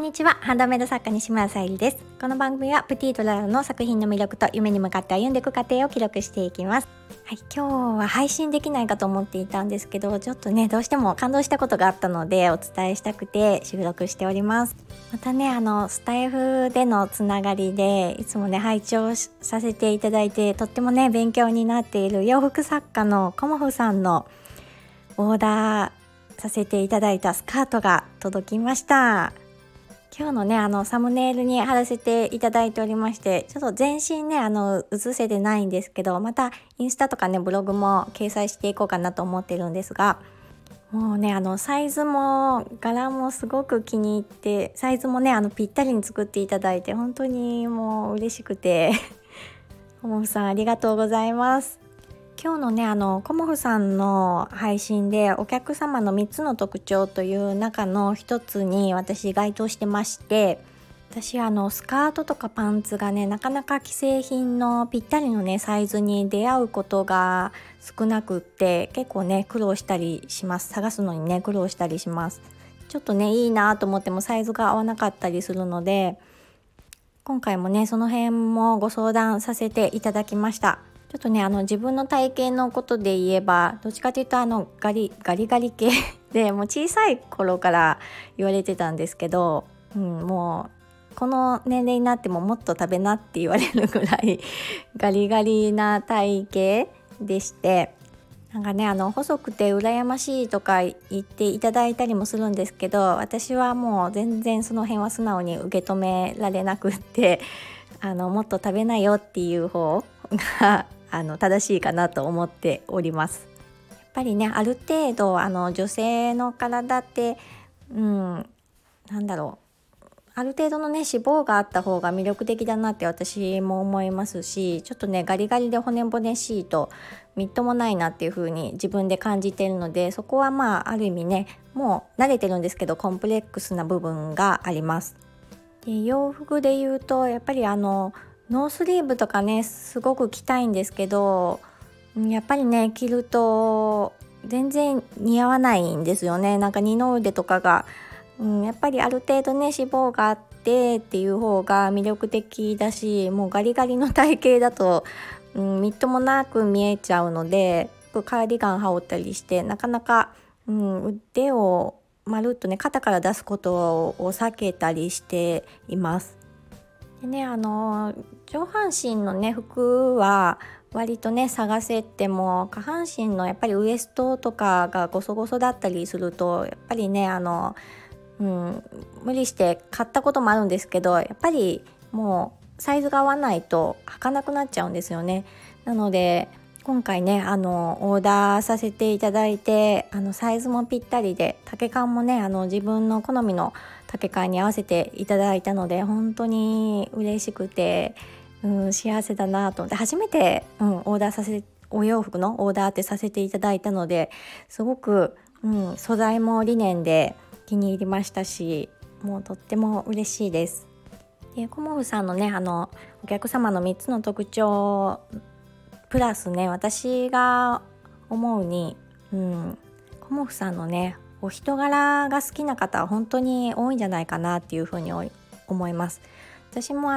んにちは。ハンドメイド作家西村さゆりです。この番組はプティとララの作品の魅力と夢に向かって歩んでいく過程を記録していきます。はい、今日は配信できないかと思っていたんですけど、ちょっとねどうしても感動したことがあったのでお伝えしたくて収録しております。またねスタイフでのつながりでいつもね拝聴させていただいて、とってもね勉強になっている洋服作家のコモフさんのオーダーさせていただいたスカートが届きました。今日のねサムネイルに貼らせていただいておりまして、ちょっと全身ね写せてないんですけど、またインスタとかねブログも掲載していこうかなと思ってるんですが、もうねサイズも柄もすごく気に入って、サイズもねぴったりに作っていただいて本当にもう嬉しくてコモフさんありがとうございます。今日のねコモフさんの配信でお客様の3つの特徴という中の一つに私該当してまして、私スカートとかパンツがねなかなか既製品のぴったりのねサイズに出会うことが少なくって、結構ね苦労したりします。探すのにね苦労したりします。ちょっとねいいなと思ってもサイズが合わなかったりするので、今回もねその辺もご相談させていただきました。ちょっとね自分の体型のことで言えば、どっちかというとガリガリ系で、もう小さい頃から言われてたんですけど、もうこの年齢になってももっと食べなって言われるぐらいガリガリな体型でして、なんかね細くて羨ましいとか言っていただいたりもするんですけど、私はもう全然その辺は素直に受け止められなくって、もっと食べなよっていう方が正しいかなと思っております。やっぱりねある程度女性の体ってなんだろう、ある程度のね脂肪があった方が魅力的だなって私も思いますし、ちょっとねガリガリで骨々しいとみっともないなっていう風に自分で感じているので、そこはある意味ねもう慣れてるんですけどコンプレックスな部分があります。で洋服で言うとやっぱりノースリーブとかねすごく着たいんですけど、やっぱりね着ると全然似合わないんですよね。なんか二の腕とかが、やっぱりある程度ね脂肪があってっていう方が魅力的だし、もうガリガリの体型だと、みっともなく見えちゃうので、カーディガン羽織ったりしてなかなか、腕をまるっとね肩から出すことを避けたりしています。でね上半身のね服は割とね探せても、下半身のやっぱりウエストとかがゴソゴソだったりすると、やっぱりね無理して買ったこともあるんですけど、やっぱりもうサイズが合わないと履かなくなっちゃうんですよね。なので今回ねオーダーさせていただいて、サイズもぴったりで、丈感もね自分の好みの丈感に合わせていただいたので本当に嬉しくて、幸せだなと思って、初めて、お洋服のオーダーってさせていただいたので、すごく、素材もリネンで気に入りましたし、もうとっても嬉しいです。でコモフさんのねお客様の3つの特徴プラスね、私が思うに、コモフさんのねお人柄が好きな方は本当に多いんじゃないかなっていうふうに思います。私も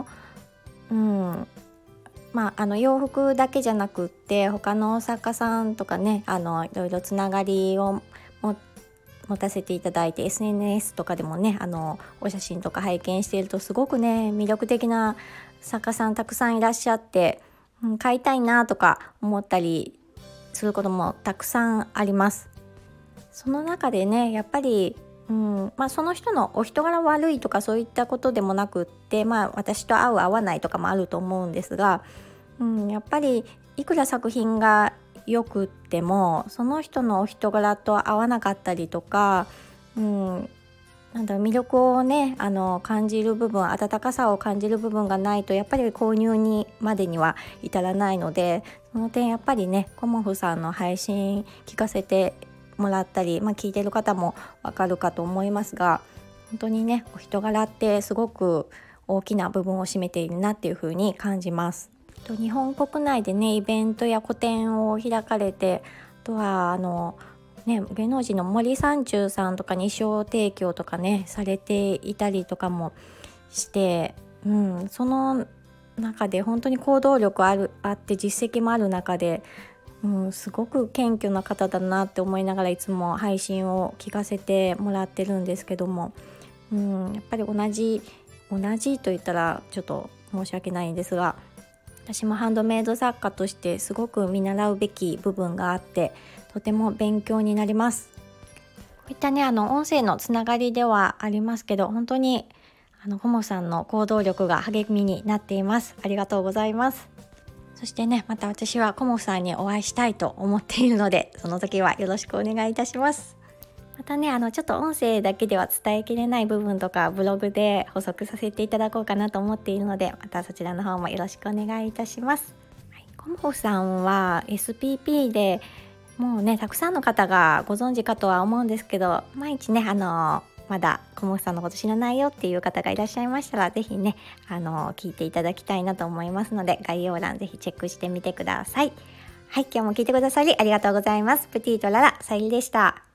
洋服だけじゃなくって他の作家さんとかねいろいろつながりを持たせていただいて、 SNS とかでもねお写真とか拝見しているとすごくね魅力的な作家さんたくさんいらっしゃって、買いたいなとか思ったりすることもたくさんあります。その中でねやっぱり、その人のお人柄悪いとかそういったことでもなくって、私と合う合わないとかもあると思うんですが、やっぱりいくら作品が良くってもその人のお人柄と合わなかったりとか、魅力をね感じる部分、温かさを感じる部分がないとやっぱり購入にまでには至らないので、その点やっぱりねコモフさんの配信聞かせてもらったり、聞いてる方もわかるかと思いますが、本当にねお人柄ってすごく大きな部分を占めているなっていう風に感じます。日本国内でねイベントや個展を開かれて、あとはね、芸能人の森三中さんとかに衣装提供とかねされていたりとかもして、その中で本当に行動力あって実績もある中で、すごく謙虚な方だなって思いながらいつも配信を聞かせてもらってるんですけども、やっぱり同じと言ったらちょっと申し訳ないんですが、私もハンドメイド作家としてすごく見習うべき部分があって、とても勉強になります。こういったね音声のつながりではありますけど、本当にコモさんの行動力が励みになっています。ありがとうございます。そしてね、また私はコモさんにお会いしたいと思っているので、その時はよろしくお願いいたします。またねちょっと音声だけでは伝えきれない部分とかブログで補足させていただこうかなと思っているので、またそちらの方もよろしくお願いいたします。コモさんは SPP でもうねたくさんの方がご存知かとは思うんですけど、毎日ねまだコモさんのこと知らないよっていう方がいらっしゃいましたら、ぜひね聞いていただきたいなと思いますので、概要欄ぜひチェックしてみてください。はい、今日も聞いてくださりありがとうございます。プティとララさゆりでした。